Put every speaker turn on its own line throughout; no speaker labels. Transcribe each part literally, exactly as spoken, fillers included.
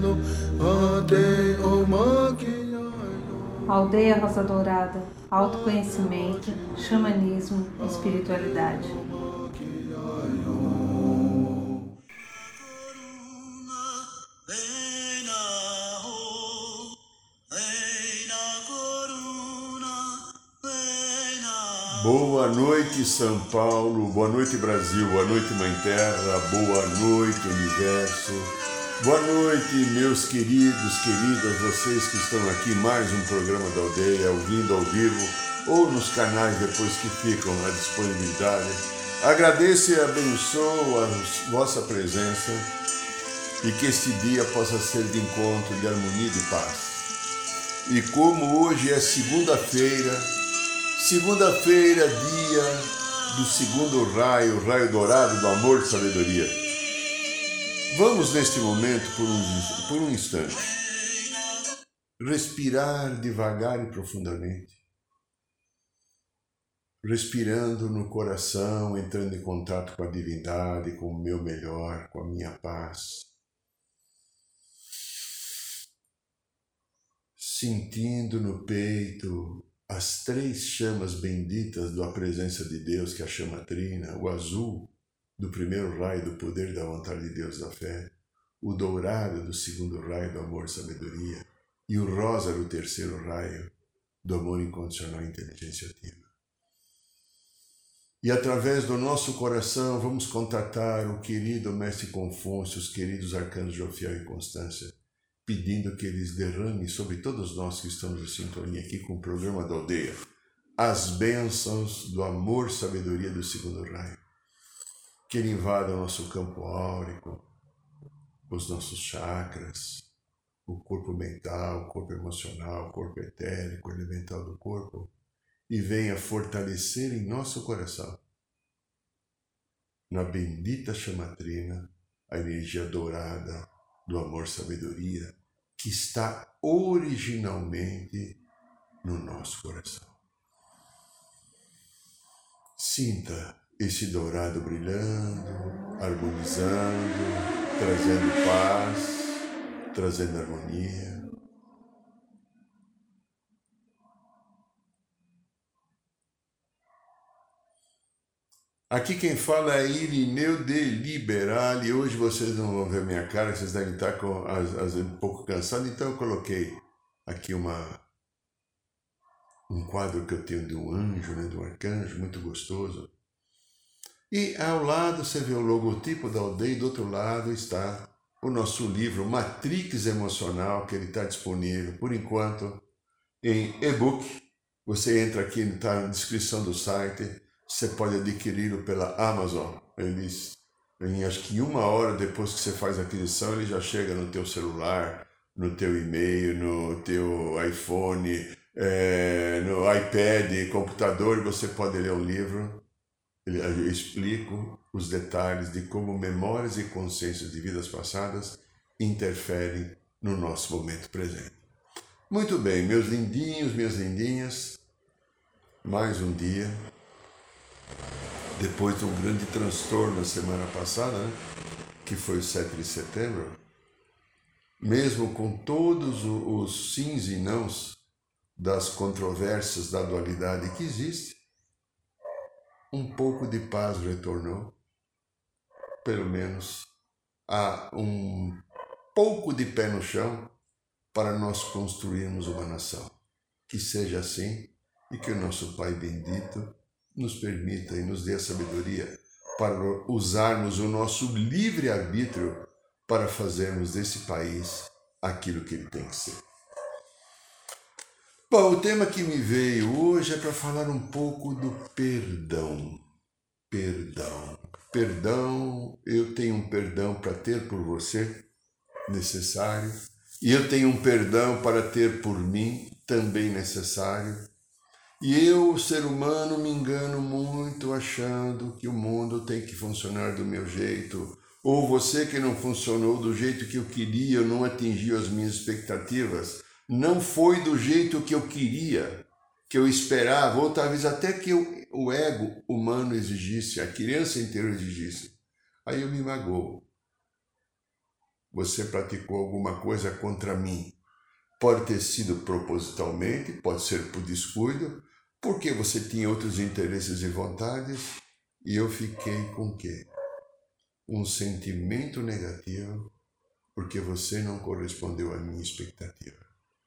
Aldeia Rosa Dourada, autoconhecimento, xamanismo, espiritualidade.
Boa noite, São Paulo, boa noite, Brasil, boa noite, Mãe Terra, boa noite, Universo, boa noite, meus queridos, queridas, vocês que estão aqui, mais um programa da Aldeia, ouvindo ao vivo ou nos canais depois que ficam à disponibilidade. Agradeço e abençoo a vossa presença e que este dia possa ser de encontro, de harmonia e de paz. E como hoje é segunda-feira, Segunda-feira, dia do segundo raio, raio dourado do amor e sabedoria. Vamos neste momento, por um, por um instante, respirar devagar e profundamente. Respirando no coração, entrando em contato com a divindade, com o meu melhor, com a minha paz. Sentindo no peito as três chamas benditas da presença de Deus, que é a chama trina, o azul do primeiro raio do poder da vontade de Deus da fé, o dourado do segundo raio do amor e sabedoria e o rosa do terceiro raio do amor incondicional e inteligência ativa. E através do nosso coração vamos contatar o querido Mestre Confúcio, os queridos arcanos Jofiel e Constância, pedindo que eles derramem sobre todos nós que estamos em sintonia aqui com o programa da Aldeia as bênçãos do amor e sabedoria do segundo raio. Que ele invada o nosso campo áurico, os nossos chakras, o corpo mental, o corpo emocional, o corpo etérico, o elemental do corpo, e venha fortalecer em nosso coração, na bendita chamatrina, a energia dourada do amor e sabedoria, que está originalmente no nosso coração. Sinta esse dourado brilhando, harmonizando, trazendo paz, trazendo harmonia. Aqui quem fala é Irineu de Liberale. Hoje vocês não vão ver minha cara, vocês devem estar com, às vezes, um pouco cansados, então eu coloquei aqui uma, um quadro que eu tenho de um anjo, né, de um arcanjo, muito gostoso. E ao lado você vê o logotipo da Aldeia, e do outro lado está o nosso livro Matrix Emocional, que ele está disponível, por enquanto, em e-book. Você entra aqui, está na descrição do site. Você pode adquiri-lo pela Amazon. Eles, em, acho que uma hora depois que você faz a aquisição, ele já chega no teu celular, no teu e-mail, no teu iPhone, é, no iPad, computador. Você pode ler o livro. Eu explico os detalhes de como memórias e consciências de vidas passadas interferem no nosso momento presente. Muito bem, meus lindinhos, minhas lindinhas, mais um dia. Depois de um grande transtorno na semana passada, né, que foi o sete de setembro, mesmo com todos os sims e nãos das controvérsias da dualidade que existe, um pouco de paz retornou, pelo menos há um pouco de pé no chão para nós construirmos uma nação. Que seja assim e que o nosso Pai bendito nos permita e nos dê a sabedoria para usarmos o nosso livre-arbítrio para fazermos desse país aquilo que ele tem que ser. Bom, o tema que me veio hoje é para falar um pouco do perdão. Perdão. Perdão, eu tenho um perdão para ter por você, necessário, e eu tenho um perdão para ter por mim, também necessário. E eu, ser humano, me engano muito achando que o mundo tem que funcionar do meu jeito. Ou você que não funcionou do jeito que eu queria, não atingiu as minhas expectativas. Não foi do jeito que eu queria, que eu esperava, ou talvez até que eu, o ego humano exigisse, a criança inteira exigisse. Aí eu me magoo. você praticou alguma coisa contra mim. Pode ter sido propositalmente, pode ser por descuido, porque você tinha outros interesses e vontades, e eu fiquei com o quê? Um sentimento negativo, porque você não correspondeu à minha expectativa.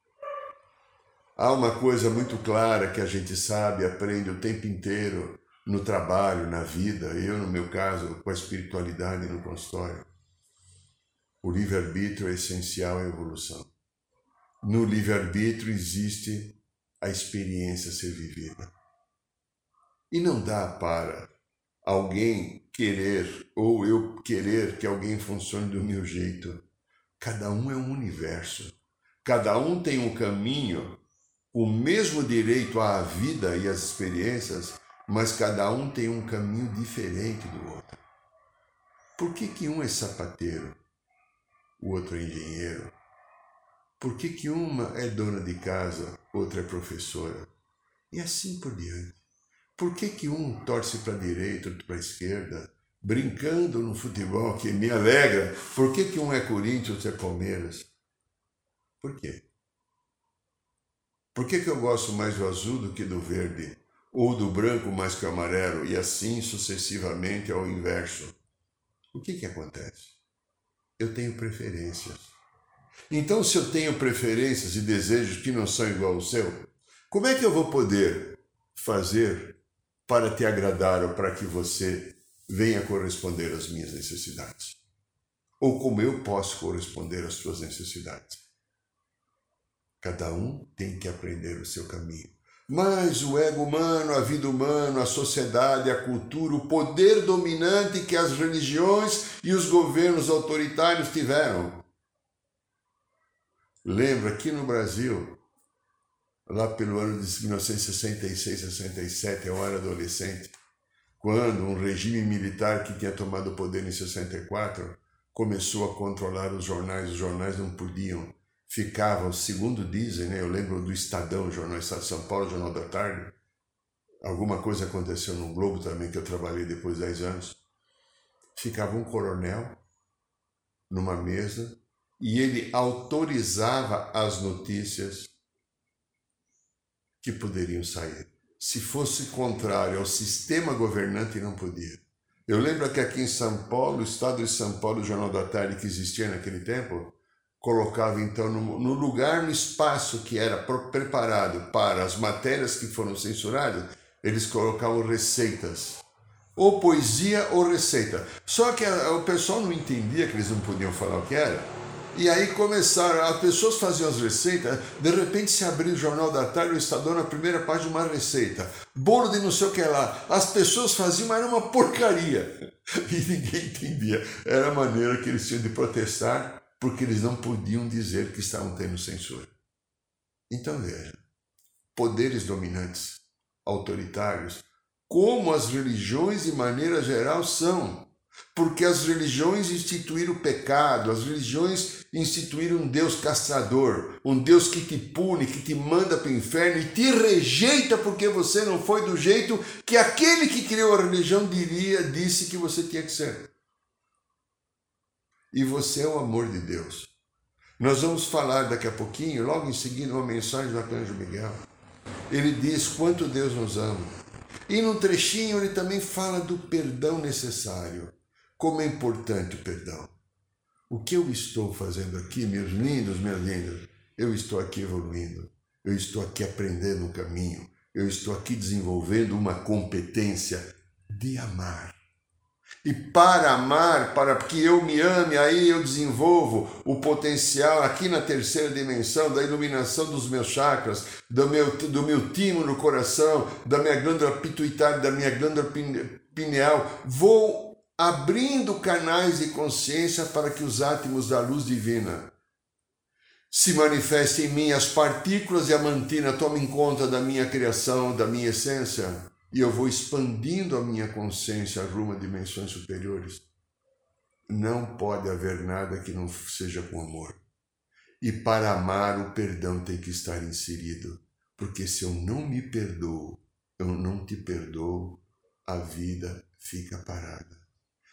Há uma coisa muito clara que a gente sabe, aprende o tempo inteiro, no trabalho, na vida, eu no meu caso, com a espiritualidade no consultório. O livre-arbítrio é essencial à evolução. No livre-arbítrio existe a experiência a ser vivida. E não dá para alguém querer, ou eu querer que alguém funcione do meu jeito. Cada um é um universo. Cada um tem um caminho, o mesmo direito à vida e às experiências, mas cada um tem um caminho diferente do outro. Por que que um é sapateiro, o outro é engenheiro? Por que que uma é dona de casa, outra é professora? E assim por diante. Por que que um torce para a direita, outro para a esquerda, brincando no futebol que me alegra? Por que que um é Corinthians, outro é Palmeiras? Por quê? Por que que eu gosto mais do azul do que do verde? Ou do branco mais que o amarelo? E assim sucessivamente ao inverso. O que que acontece? Eu tenho preferências. Então, se eu tenho preferências e desejos que não são igual ao seu, como é que eu vou poder fazer para te agradar ou para que você venha corresponder às minhas necessidades? Ou como eu posso corresponder às suas necessidades? Cada um tem que aprender o seu caminho. Mas o ego humano, a vida humana, a sociedade, a cultura, o poder dominante que as religiões e os governos autoritários tiveram. Lembra, aqui no Brasil, lá pelo ano de mil novecentos e sessenta e seis, sessenta e sete, eu era adolescente, quando um regime militar que tinha tomado o poder em sessenta e quatro começou a controlar os jornais, os jornais não podiam, ficavam, segundo dizem, né, eu lembro do Estadão, o Jornal Estado de São Paulo, Jornal da Tarde, alguma coisa aconteceu no Globo também, que eu trabalhei depois de dez anos, ficava um coronel numa mesa, e ele autorizava as notícias que poderiam sair. Se fosse contrário ao sistema governante, não podia. Eu lembro que aqui em São Paulo, o Estado de São Paulo, o Jornal da Tarde que existia naquele tempo, colocava então no, no lugar, no espaço que era preparado para as matérias que foram censuradas, eles colocavam receitas. Ou poesia ou receita. Só que a, o pessoal não entendia que eles não podiam falar o que era. E aí começaram, as pessoas faziam as receitas, de repente se abriu o Jornal da Tarde, o Estadão na primeira página uma receita, bolo de não sei o que lá, as pessoas faziam, mas era uma porcaria, e ninguém entendia, era a maneira que eles tinham de protestar, porque eles não podiam dizer que estavam tendo censura. Então veja, poderes dominantes, autoritários, como as religiões de maneira geral são, porque as religiões instituíram o pecado, as religiões instituíram um Deus castrador, um Deus que te pune, que te manda para o inferno e te rejeita porque você não foi do jeito que aquele que criou a religião diria, disse que você tinha que ser. E você é o amor de Deus. Nós vamos falar daqui a pouquinho, logo em seguida, uma mensagem do Arcanjo Miguel. Ele diz quanto Deus nos ama. E num trechinho ele também fala do perdão necessário. Como é importante o perdão. O que eu estou fazendo aqui, meus lindos, minhas lindas? Eu estou aqui evoluindo. Eu estou aqui aprendendo um caminho. Eu estou aqui desenvolvendo uma competência de amar. E para amar, para que eu me ame, aí eu desenvolvo o potencial aqui na terceira dimensão da iluminação dos meus chakras, do meu, do meu timo no coração, da minha glândula pituitária, da minha glândula pineal. Vou abrindo canais de consciência para que os átomos da luz divina se manifestem em mim, as partículas e a mantina tomem conta da minha criação, da minha essência, e eu vou expandindo a minha consciência rumo a dimensões superiores. Não pode haver nada que não seja com amor. E para amar, o perdão tem que estar inserido, porque se eu não me perdoo, eu não te perdoo, a vida fica parada.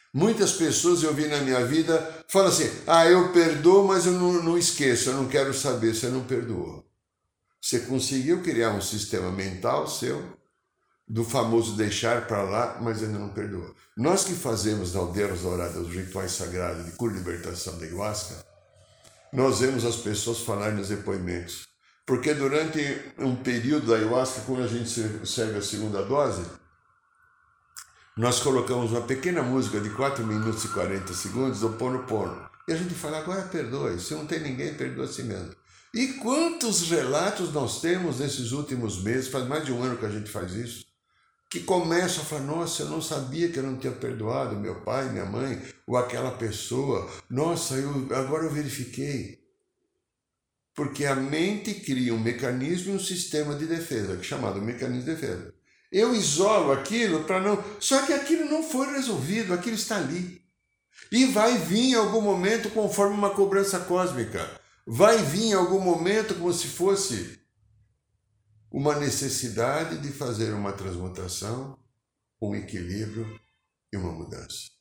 Muitas pessoas eu vi na minha vida falam assim, ah, eu perdoo, mas eu não, não esqueço, eu não quero saber, você não perdoou. Você conseguiu criar um sistema mental seu, do famoso deixar para lá, mas ainda não perdoou. Nós que fazemos na Aldeia Dourada os rituais sagrados de cura e libertação da ayahuasca, nós vemos as pessoas falarem nos depoimentos. Porque durante um período da ayahuasca, quando a gente serve a segunda dose, nós colocamos uma pequena música de quatro minutos e quarenta segundos do Ponopono. E a gente fala, agora perdoe, se não tem ninguém, perdoa a si mesmo. E quantos relatos nós temos nesses últimos meses, faz mais de um ano que a gente faz isso, que começam a falar, nossa, eu não sabia que eu não tinha perdoado meu pai, minha mãe, ou aquela pessoa. Nossa, eu, agora eu verifiquei. Porque a mente cria um mecanismo e um sistema de defesa, que é chamado mecanismo de defesa. Eu isolo aquilo para não... Só que aquilo não foi resolvido, aquilo está ali. E vai vir em algum momento conforme uma cobrança cósmica. Vai vir em algum momento como se fosse uma necessidade de fazer uma transmutação, um equilíbrio e uma mudança.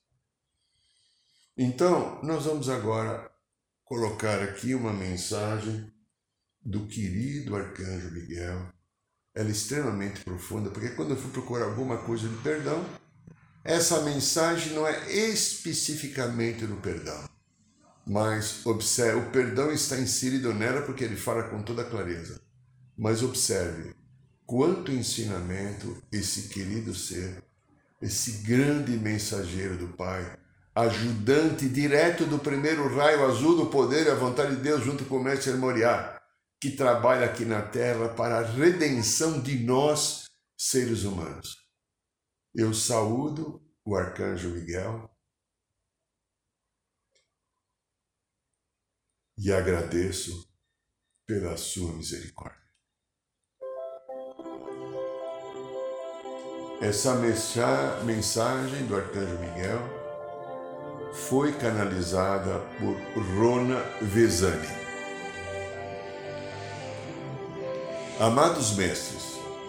Então, nós vamos agora colocar aqui uma mensagem do querido Arcanjo Miguel. Ela é extremamente profunda, porque quando eu fui procurar alguma coisa de perdão, essa mensagem não é especificamente do perdão, mas observe, o perdão está inserido nela porque ele fala com toda clareza. Mas observe quanto ensinamento esse querido ser, esse grande mensageiro do Pai, ajudante direto do primeiro raio azul do poder e a vontade de Deus junto com o Mestre Moriá, que trabalha aqui na Terra para a redenção de nós, seres humanos. Eu saúdo o Arcanjo Miguel e agradeço pela sua misericórdia. Essa mensagem do Arcanjo Miguel foi canalizada por Rona Vezani. Amados mestres,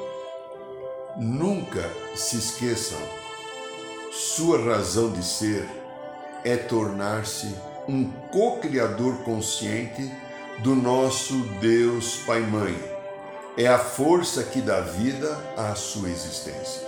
nunca se esqueçam, sua razão de ser é tornar-se um co-criador consciente do nosso Deus Pai-Mãe. É a força que dá vida à sua existência.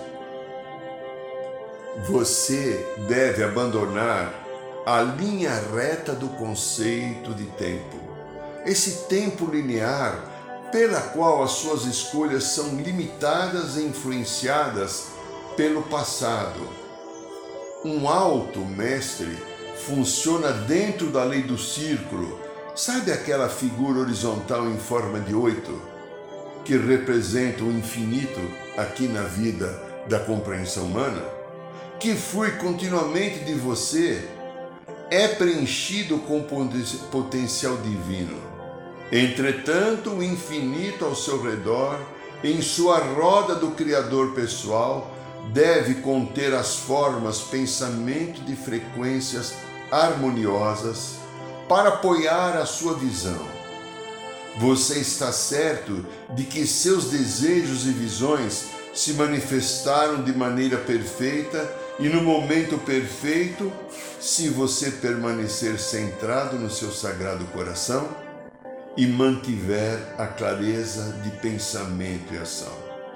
Você deve abandonar a linha reta do conceito de tempo, esse tempo linear pela qual as suas escolhas são limitadas e influenciadas pelo passado. Um alto mestre funciona dentro da lei do círculo. Sabe aquela figura horizontal em forma de oito, que representa o infinito aqui na vida da compreensão humana? Que flui continuamente de você, é preenchido com potencial divino. Entretanto, o infinito ao seu redor, em sua roda do Criador pessoal, deve conter as formas, pensamento de frequências harmoniosas para apoiar a sua visão. Você está certo de que seus desejos e visões se manifestaram de maneira perfeita e no momento perfeito, se você permanecer centrado no seu sagrado coração e mantiver a clareza de pensamento e ação.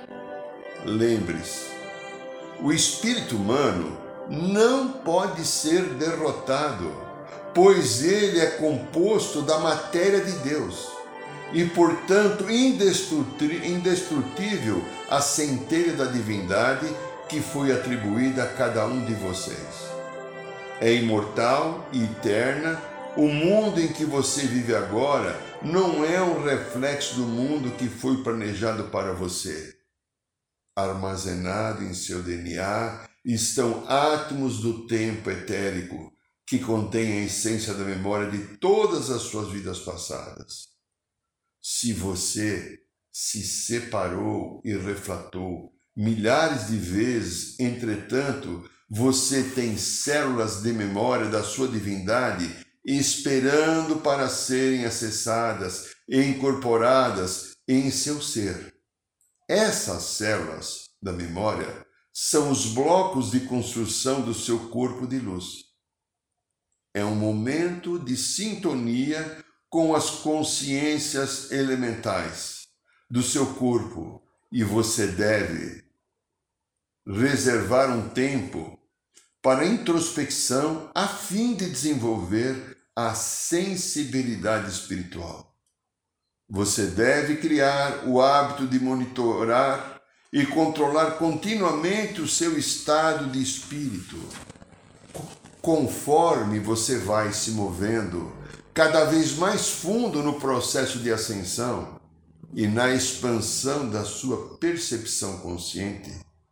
Lembre-se, o espírito humano não pode ser derrotado, pois ele é composto da matéria de Deus e, portanto, indestrutível a centelha da divindade que foi atribuída a cada um de vocês. É imortal e eterna. O mundo em que você vive agora não é um reflexo do mundo que foi planejado para você. Armazenado em seu D N A estão átomos do tempo etérico que contém a essência da memória de todas as suas vidas passadas. Se você se separou e refratou milhares de vezes, entretanto, você tem células de memória da sua divindade esperando para serem acessadas e incorporadas em seu ser. Essas células da memória são os blocos de construção do seu corpo de luz. É um momento de sintonia com as consciências elementais do seu corpo e você deve reservar um tempo para introspecção a fim de desenvolver a sensibilidade espiritual. Você deve criar o hábito de monitorar e controlar continuamente o seu estado de espírito. Conforme você vai se movendo cada vez mais fundo no processo de ascensão e na expansão da sua percepção consciente,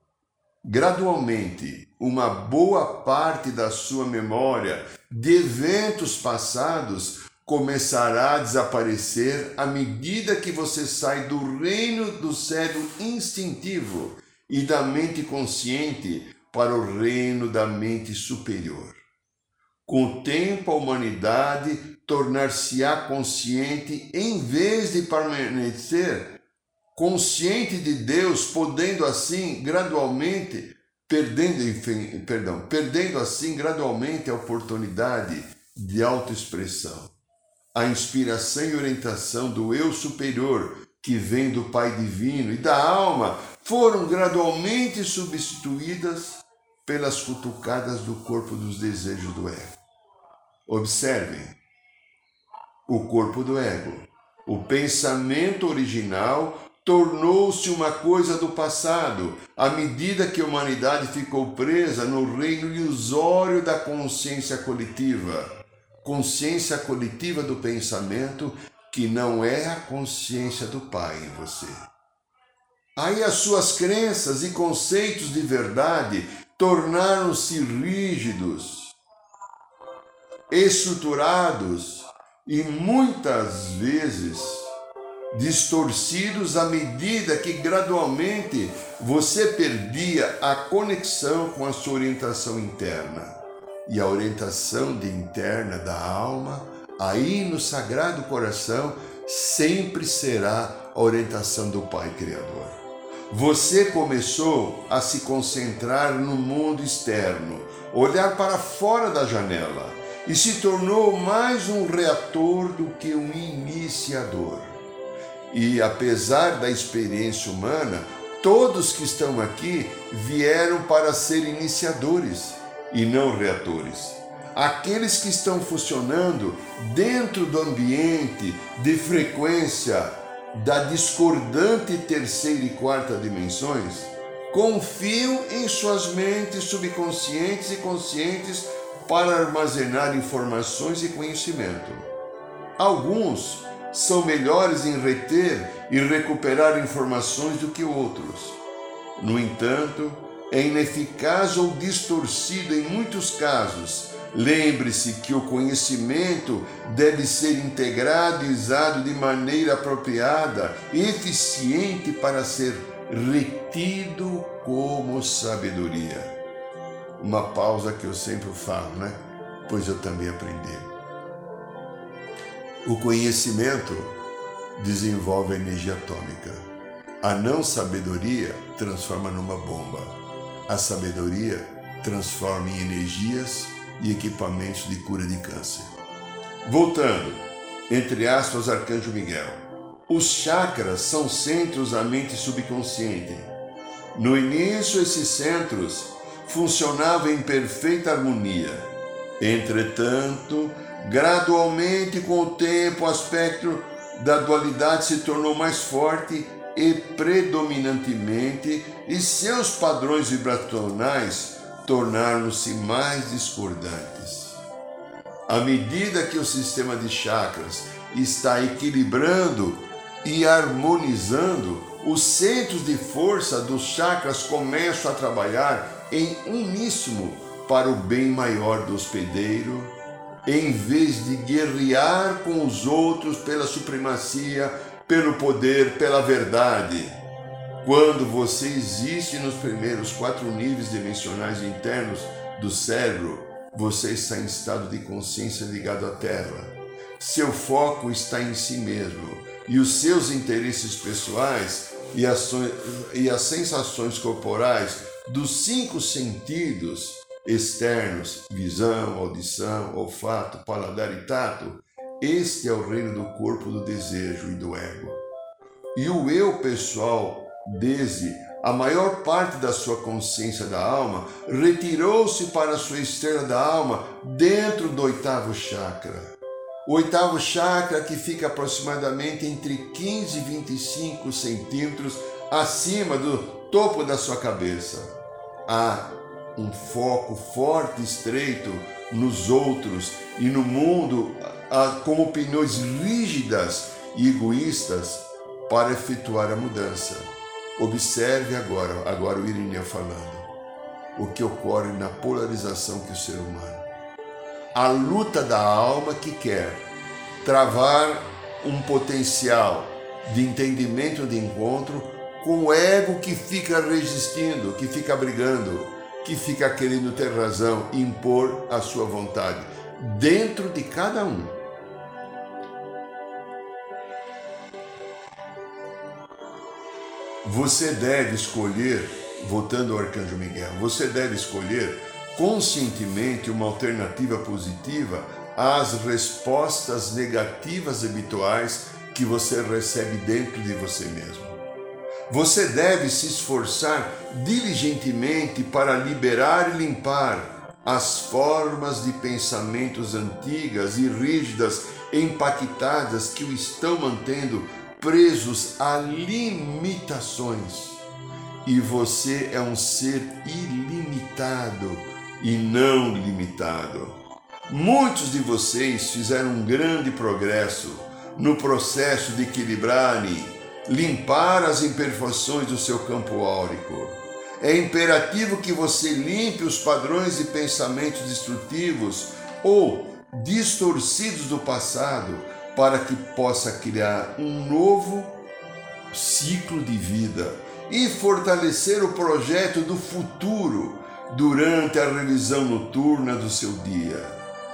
gradualmente uma boa parte da sua memória de eventos passados começará a desaparecer à medida que você sai do reino do cérebro instintivo e da mente consciente para o reino da mente superior. Com o tempo, a humanidade tornar-se-á consciente em vez de permanecer consciente de Deus, podendo assim gradualmente, perdendo, enfim, perdão, perdendo assim gradualmente a oportunidade de autoexpressão. A inspiração e orientação do eu superior, que vem do Pai Divino e da alma, foram gradualmente substituídas pelas cutucadas do corpo dos desejos do ego. Observem, o corpo do ego, o pensamento original, tornou-se uma coisa do passado, à medida que a humanidade ficou presa no reino ilusório da consciência coletiva. Consciência coletiva do pensamento, que não é a consciência do Pai em você. Aí as suas crenças e conceitos de verdade tornaram-se rígidos, estruturados e muitas vezes distorcidos à medida que gradualmente você perdia a conexão com a sua orientação interna. E a orientação de interna da alma, aí no Sagrado Coração, sempre será a orientação do Pai Criador. Você começou a se concentrar no mundo externo, olhar para fora da janela e se tornou mais um reator do que um iniciador. E apesar da experiência humana, todos que estão aqui vieram para ser iniciadores e não reatores. Aqueles que estão funcionando dentro do ambiente de frequência da discordante terceira e quarta dimensões, confiam em suas mentes subconscientes e conscientes para armazenar informações e conhecimento. Alguns são melhores em reter e recuperar informações do que outros. No entanto, é ineficaz ou distorcido em muitos casos. Lembre-se que o conhecimento deve ser integrado e usado de maneira apropriada e eficiente para ser retido como sabedoria. Uma pausa que eu sempre falo, né? Pois eu também aprendi. O conhecimento desenvolve a energia atômica. A não sabedoria transforma numa bomba. A sabedoria transforma em energias e equipamentos de cura de câncer. Voltando, entre aspas, Arcanjo Miguel. Os chakras são centros da mente subconsciente. No início, esses centros funcionavam em perfeita harmonia. Entretanto, gradualmente, com o tempo, o aspecto da dualidade se tornou mais forte e predominantemente, e seus padrões vibracionais tornaram-se mais discordantes. À medida que o sistema de chakras está equilibrando e harmonizando, os centros de força dos chakras começam a trabalhar em uníssono para o bem maior do hospedeiro, em vez de guerrear com os outros pela supremacia, pelo poder, pela verdade. Quando você existe nos primeiros quatro níveis dimensionais internos do cérebro, você está em estado de consciência ligado à Terra. Seu foco está em si mesmo e os seus interesses pessoais e, ações, e as sensações corporais dos cinco sentidos externos, visão, audição, olfato, paladar e tato, este é o reino do corpo, do desejo e do ego. E o eu pessoal, desde a maior parte da sua consciência da alma, retirou-se para a sua estrela da alma dentro do oitavo chakra. O oitavo chakra que fica aproximadamente entre quinze e vinte e cinco centímetros acima do topo da sua cabeça. Há um foco forte e estreito nos outros e no mundo como opiniões rígidas e egoístas para efetuar a mudança. Observe agora, agora o Irineu falando, o que ocorre na polarização que o ser humano. A luta da alma que quer travar um potencial de entendimento, de encontro, com o ego que fica resistindo, que fica brigando, que fica querendo ter razão e impor a sua vontade dentro de cada um. Você deve escolher, voltando ao Arcanjo Miguel, você deve escolher conscientemente uma alternativa positiva às respostas negativas habituais que você recebe dentro de você mesmo. Você deve se esforçar diligentemente para liberar e limpar as formas de pensamentos antigas e rígidas, empaquetadas que o estão mantendo presos a limitações. E você é um ser ilimitado e não limitado. Muitos de vocês fizeram um grande progresso no processo de equilibrar e limpar as imperfeições do seu campo áurico. É imperativo que você limpe os padrões de pensamentos destrutivos ou distorcidos do passado para que possa criar um novo ciclo de vida e fortalecer o projeto do futuro durante a revisão noturna do seu dia.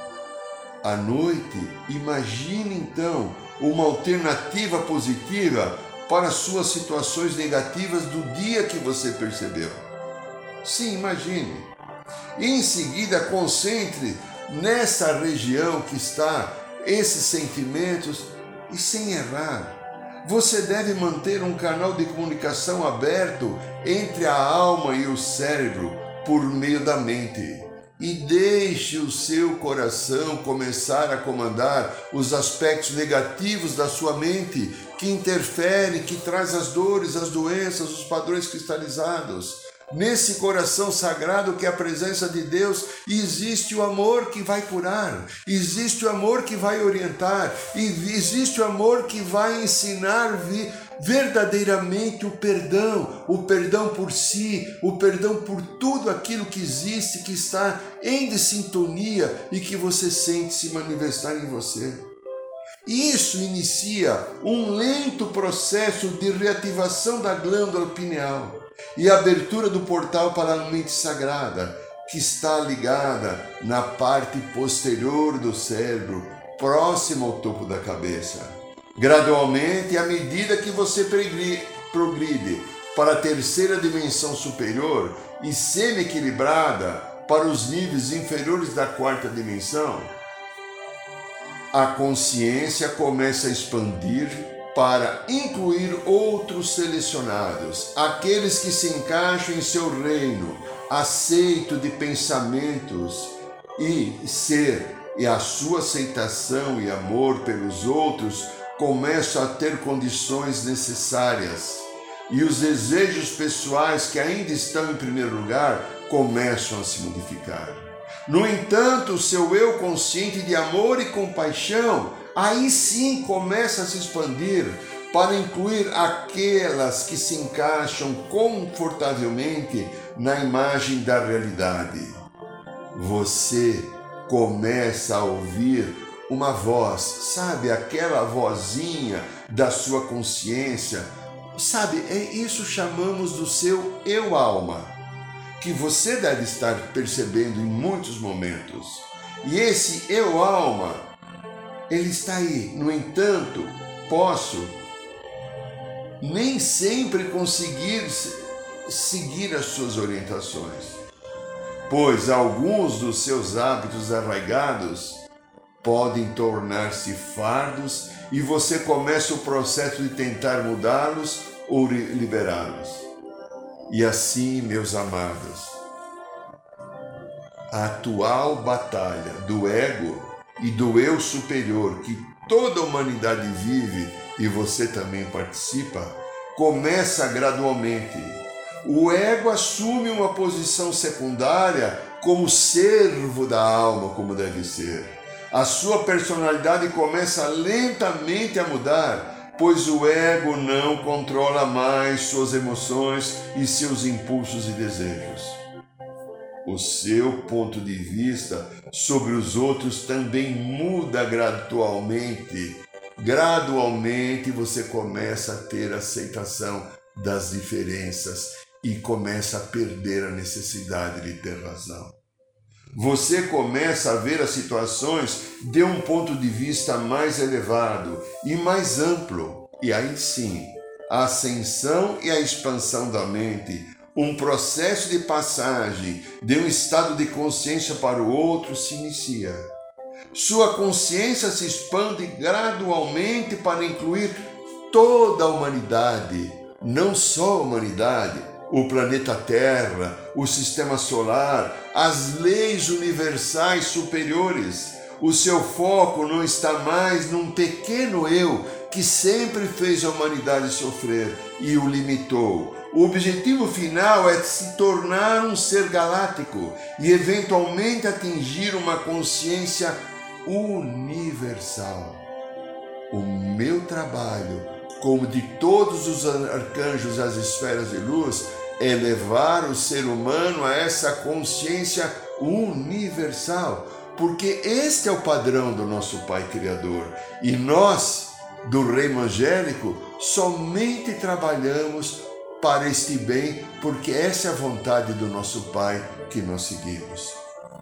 À noite, imagine então uma alternativa positiva para suas situações negativas do dia que você percebeu. Sim, imagine. E em seguida, concentre nessa região que está esses sentimentos e sem errar. Você deve manter um canal de comunicação aberto entre a alma e o cérebro por meio da mente. E deixe o seu coração começar a comandar os aspectos negativos da sua mente que interferem, que traz as dores, as doenças, os padrões cristalizados. Nesse coração sagrado que é a presença de Deus, existe o amor que vai curar, existe o amor que vai orientar, e existe o amor que vai ensinar verdadeiramente o perdão, o perdão por si, o perdão por tudo aquilo que existe, que está em sintonia e que você sente se manifestar em você. Isso inicia um lento processo de reativação da glândula pineal e abertura do portal para a mente sagrada, que está ligada na parte posterior do cérebro, próxima ao topo da cabeça. Gradualmente, à medida que você progride para a terceira dimensão superior e semi-equilibrada para os níveis inferiores da quarta dimensão, a consciência começa a expandir para incluir outros selecionados, aqueles que se encaixam em seu reino, aceito de pensamentos e ser, e a sua aceitação e amor pelos outros começam a ter condições necessárias, e os desejos pessoais que ainda estão em primeiro lugar começam a se modificar. No entanto, o seu eu consciente de amor e compaixão, aí sim começa a se expandir para incluir aquelas que se encaixam confortavelmente na imagem da realidade. Você começa a ouvir uma voz, sabe, aquela vozinha da sua consciência, sabe, é isso chamamos do seu eu-alma, que você deve estar percebendo em muitos momentos. E esse eu-alma, ele está aí. No entanto, posso nem sempre conseguir seguir as suas orientações, pois alguns dos seus hábitos arraigados podem tornar-se fardos e você começa o processo de tentar mudá-los ou liberá-los. E assim, meus amados, a atual batalha do ego e do eu superior que toda a humanidade vive e você também participa, começa gradualmente. O ego assume uma posição secundária como servo da alma, como deve ser. A sua personalidade começa lentamente a mudar, pois o ego não controla mais suas emoções e seus impulsos e desejos. O seu ponto de vista sobre os outros também muda gradualmente. Gradualmente você começa a ter aceitação das diferenças e começa a perder a necessidade de ter razão. Você começa a ver as situações de um ponto de vista mais elevado e mais amplo. E aí sim, a ascensão e a expansão da mente, um processo de passagem de um estado de consciência para o outro se inicia. Sua consciência se expande gradualmente para incluir toda a humanidade, não só a humanidade, o planeta Terra, o sistema solar, as leis universais superiores. O seu foco não está mais num pequeno eu que sempre fez a humanidade sofrer e o limitou. O objetivo final é se tornar um ser galáctico e eventualmente atingir uma consciência universal. O meu trabalho, como de todos os arcanjos e as esferas de luz, é levar o ser humano a essa consciência universal, porque este é o padrão do nosso Pai Criador. E nós, do Reino Angélico, somente trabalhamos para este bem, porque essa é a vontade do nosso Pai que nós seguimos.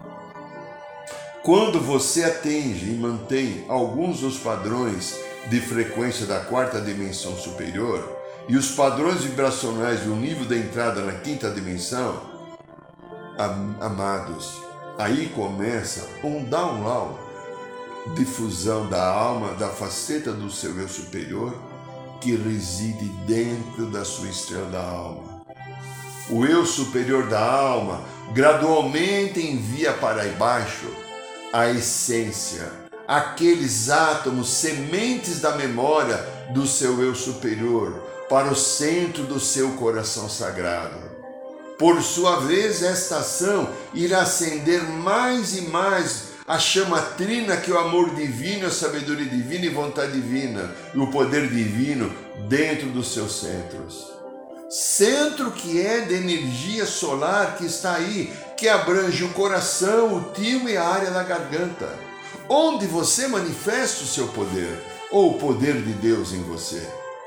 Quando você atende e mantém alguns dos padrões de frequência da quarta dimensão superior e os padrões vibracionais do nível da entrada na quinta dimensão, amados, aí começa um download, difusão da alma, da faceta do seu eu superior que reside dentro da sua estrela da alma. O eu superior da alma gradualmente envia para baixo a essência, aqueles átomos, sementes da memória do seu eu superior, para o centro do seu coração sagrado. Por sua vez, esta ação irá acender mais e mais a chama trina que é o amor divino, a sabedoria divina e vontade divina, e o poder divino dentro dos seus centros. Centro que é de energia solar que está aí, que abrange o coração, o timo e a área da garganta, onde você manifesta o seu poder, ou o poder de Deus em você.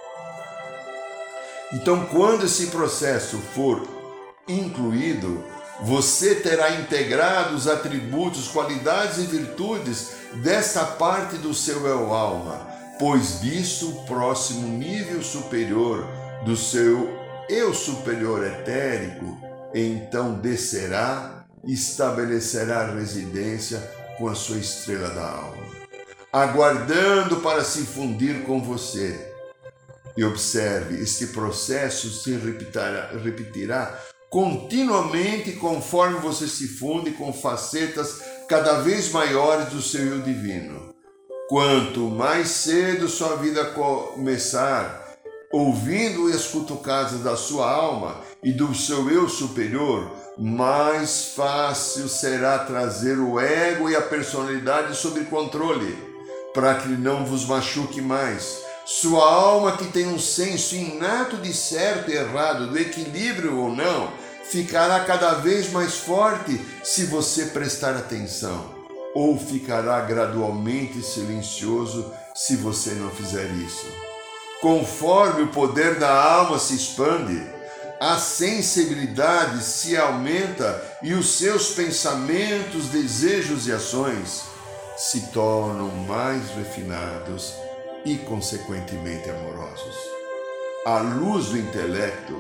Então, quando esse processo for incluído, você terá integrado os atributos, qualidades e virtudes desta parte do seu eu-alma, pois disso o próximo nível superior do seu eu superior etérico então descerá e estabelecerá residência com a sua estrela da alma, aguardando para se fundir com você. E observe, este processo se repetirá, repetirá continuamente conforme você se funde com facetas cada vez maiores do seu eu divino. Quanto mais cedo sua vida começar, ouvindo as cutucadas da sua alma e do seu eu superior, mais fácil será trazer o ego e a personalidade sob controle, para que não vos machuque mais. Sua alma, que tem um senso inato de certo e errado, do equilíbrio ou não, ficará cada vez mais forte se você prestar atenção, ou ficará gradualmente silencioso se você não fizer isso. Conforme o poder da alma se expande, a sensibilidade se aumenta e os seus pensamentos, desejos e ações se tornam mais refinados e, consequentemente, amorosos. A luz do intelecto,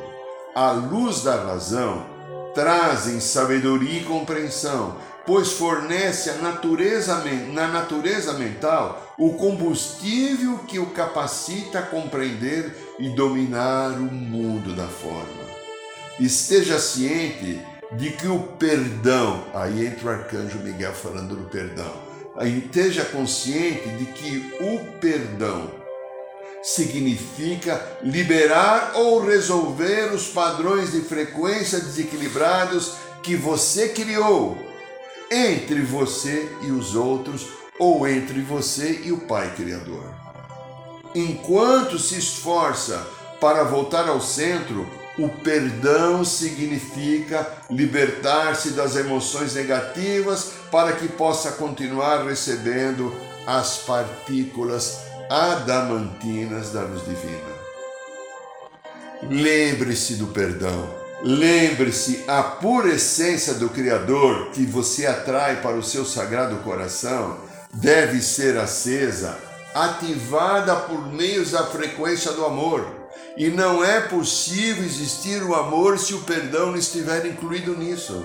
à luz da razão, trazem sabedoria e compreensão, pois fornece a natureza, na natureza mental o combustível que o capacita a compreender e dominar o mundo da forma. Esteja ciente de que o perdão, aí entra o arcanjo Miguel falando do perdão, aí esteja consciente de que o perdão significa liberar ou resolver os padrões de frequência desequilibrados que você criou entre você e os outros ou entre você e o Pai Criador. Enquanto se esforça para voltar ao centro, o perdão significa libertar-se das emoções negativas para que possa continuar recebendo as partículas adamantinas da luz divina. Lembre-se do perdão. Lembre-se, a pura essência do Criador que você atrai para o seu sagrado coração deve ser acesa, ativada por meios da frequência do amor. E não é possível existir o amor se o perdão não estiver incluído nisso.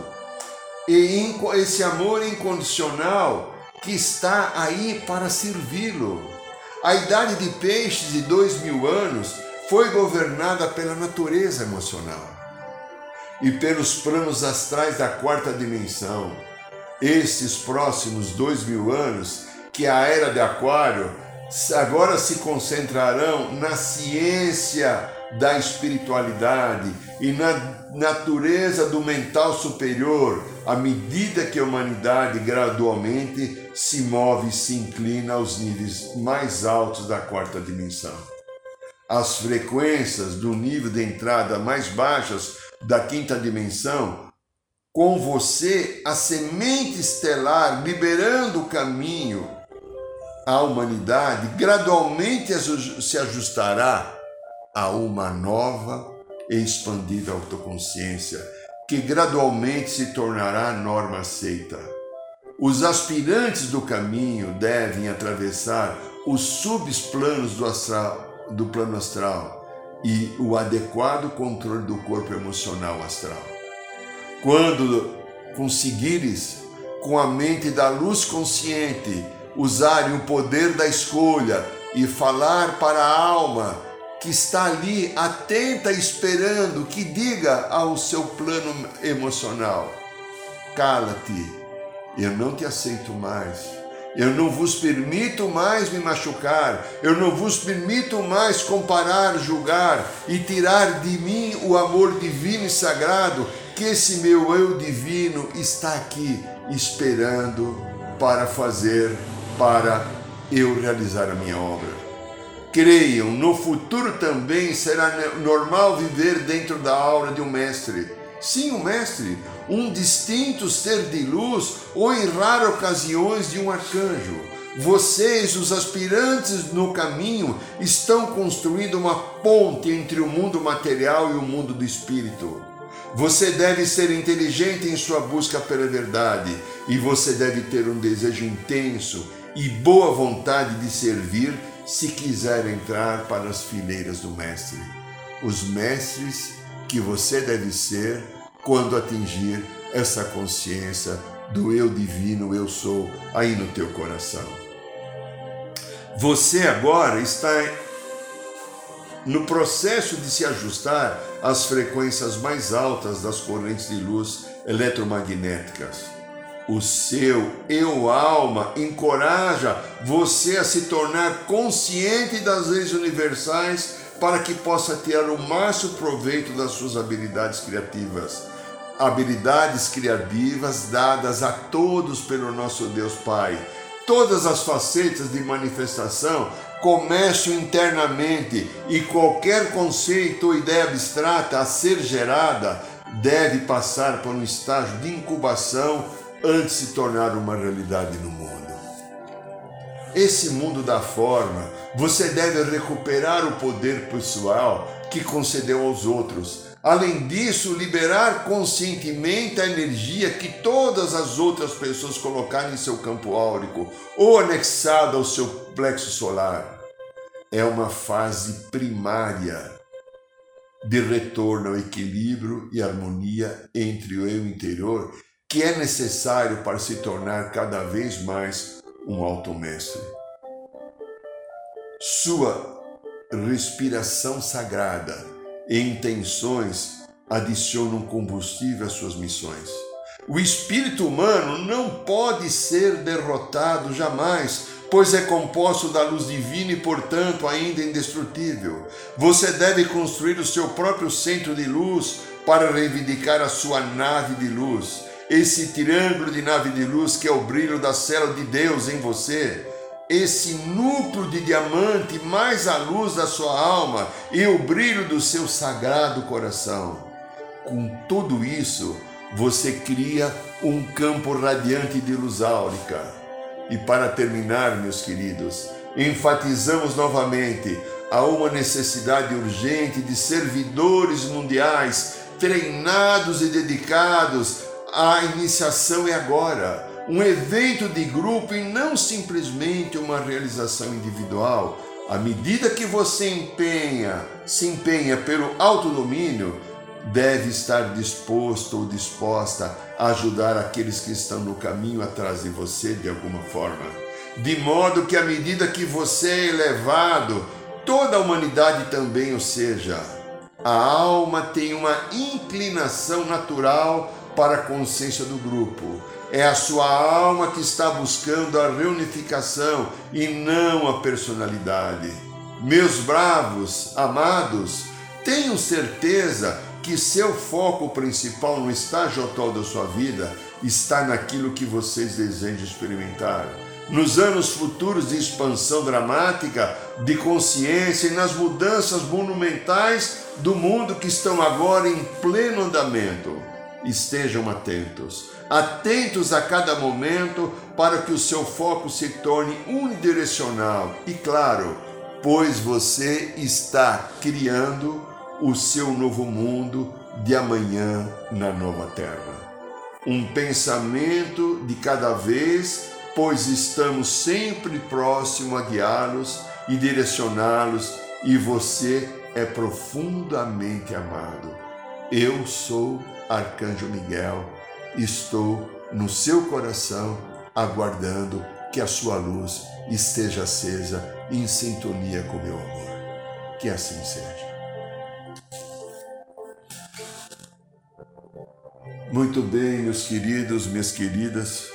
E esse amor incondicional que está aí para servi-lo. A idade de peixes de dois mil anos foi governada pela natureza emocional e pelos planos astrais da quarta dimensão. Esses próximos dois mil anos, que é a era de Aquário, agora se concentrarão na ciência da espiritualidade e na natureza do mental superior, à medida que a humanidade gradualmente se move e se inclina aos níveis mais altos da quarta dimensão. As frequências do nível de entrada mais baixas da quinta dimensão, com você, a semente estelar liberando o caminho à humanidade, gradualmente se ajustará a uma nova e expandida autoconsciência, que gradualmente se tornará norma aceita. Os aspirantes do caminho devem atravessar os subplanos do, astral, do plano astral e o adequado controle do corpo emocional astral. Quando conseguires, com a mente da luz consciente, usarem o poder da escolha e falar para a alma que está ali atenta, esperando que diga ao seu plano emocional: cala-te, eu não te aceito mais, eu não vos permito mais me machucar, eu não vos permito mais comparar, julgar e tirar de mim o amor divino e sagrado, que esse meu eu divino está aqui esperando para fazer, para eu realizar a minha obra. Creiam, no futuro também será normal viver dentro da aura de um mestre. Sim, um mestre, um distinto ser de luz ou em raras ocasiões de um arcanjo. Vocês, os aspirantes no caminho, estão construindo uma ponte entre o mundo material e o mundo do espírito. Você deve ser inteligente em sua busca pela verdade e você deve ter um desejo intenso e boa vontade de servir se quiser entrar para as fileiras do mestre. Os mestres que você deve ser quando atingir essa consciência do eu divino, eu sou, aí no teu coração. Você agora está no processo de se ajustar às frequências mais altas das correntes de luz eletromagnéticas. O seu eu-alma encoraja você a se tornar consciente das leis universais para que possa tirar o máximo proveito das suas habilidades criativas. Habilidades criativas dadas a todos pelo nosso Deus Pai. Todas as facetas de manifestação começam internamente e qualquer conceito ou ideia abstrata a ser gerada deve passar por um estágio de incubação antes de se tornar uma realidade no mundo. Esse mundo da forma, você deve recuperar o poder pessoal que concedeu aos outros. Além disso, liberar conscientemente a energia que todas as outras pessoas colocarem em seu campo áurico ou anexado ao seu plexo solar. É uma fase primária de retorno ao equilíbrio e harmonia entre o eu interior, que é necessário para se tornar cada vez mais um automestre. Sua respiração sagrada e intenções adicionam combustível às suas missões. O espírito humano não pode ser derrotado jamais, pois é composto da luz divina e, portanto, ainda indestrutível. Você deve construir o seu próprio centro de luz para reivindicar a sua nave de luz. Esse triângulo de nave de luz que é o brilho da célula de Deus em você, esse núcleo de diamante mais a luz da sua alma e o brilho do seu sagrado coração. Com tudo isso, você cria um campo radiante de luz áurica. E para terminar, meus queridos, enfatizamos novamente a uma necessidade urgente de servidores mundiais treinados e dedicados. A iniciação é agora, um evento de grupo e não simplesmente uma realização individual. À medida que você empenha, se empenha pelo autodomínio, deve estar disposto ou disposta a ajudar aqueles que estão no caminho atrás de você de alguma forma. De modo que à medida que você é elevado, toda a humanidade também o seja. A alma tem uma inclinação natural para a consciência do grupo. É a sua alma que está buscando a reunificação e não a personalidade. Meus bravos, amados, tenham certeza que seu foco principal no estágio atual da sua vida está naquilo que vocês desejam experimentar. Nos anos futuros de expansão dramática de consciência e nas mudanças monumentais do mundo que estão agora em pleno andamento. Estejam atentos, atentos a cada momento para que o seu foco se torne unidirecional e claro, pois você está criando o seu novo mundo de amanhã na nova terra. Um pensamento de cada vez, pois estamos sempre próximo a guiá-los e direcioná-los, e você é profundamente amado. Eu sou Arcanjo Miguel, estou no seu coração aguardando que a sua luz esteja acesa em sintonia com meu amor. Que assim seja. Muito bem, meus queridos, minhas queridas.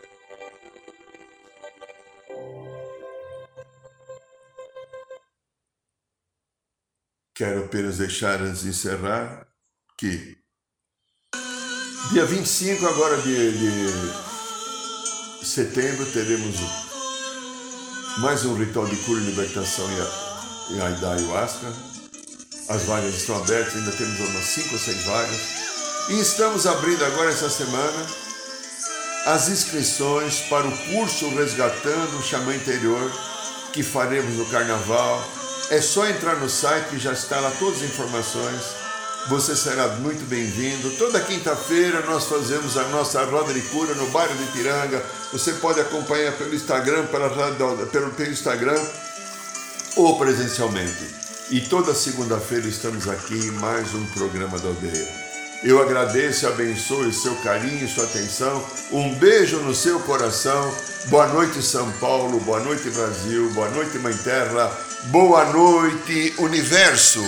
Quero apenas deixar antes de encerrar que dia vinte e cinco agora de, de setembro teremos mais um ritual de cura e libertação em a, da ayahuasca. As vagas estão abertas, ainda temos umas cinco ou seis vagas. E estamos abrindo agora essa semana as inscrições para o curso Resgatando o Xamã Interior que faremos no Carnaval. É só entrar no site que já está lá todas as informações. Você será muito bem-vindo. Toda quinta-feira nós fazemos a nossa roda de cura no bairro de Ipiranga. Você pode acompanhar pelo Instagram, pela, pelo, pelo Instagram ou presencialmente. E toda segunda-feira estamos aqui em mais um programa da aldeia. Eu agradeço e abençoo o seu carinho e sua atenção. Um beijo no seu coração. Boa noite, São Paulo. Boa noite, Brasil. Boa noite, Mãe Terra. Boa noite, Universo.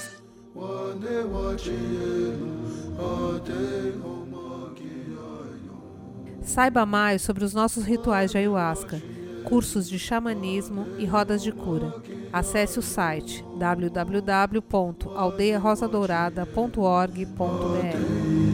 Saiba mais sobre os nossos rituais de ayahuasca, cursos de xamanismo e rodas de cura. Acesse o site w w w ponto aldeia rosa dourada ponto org ponto b r.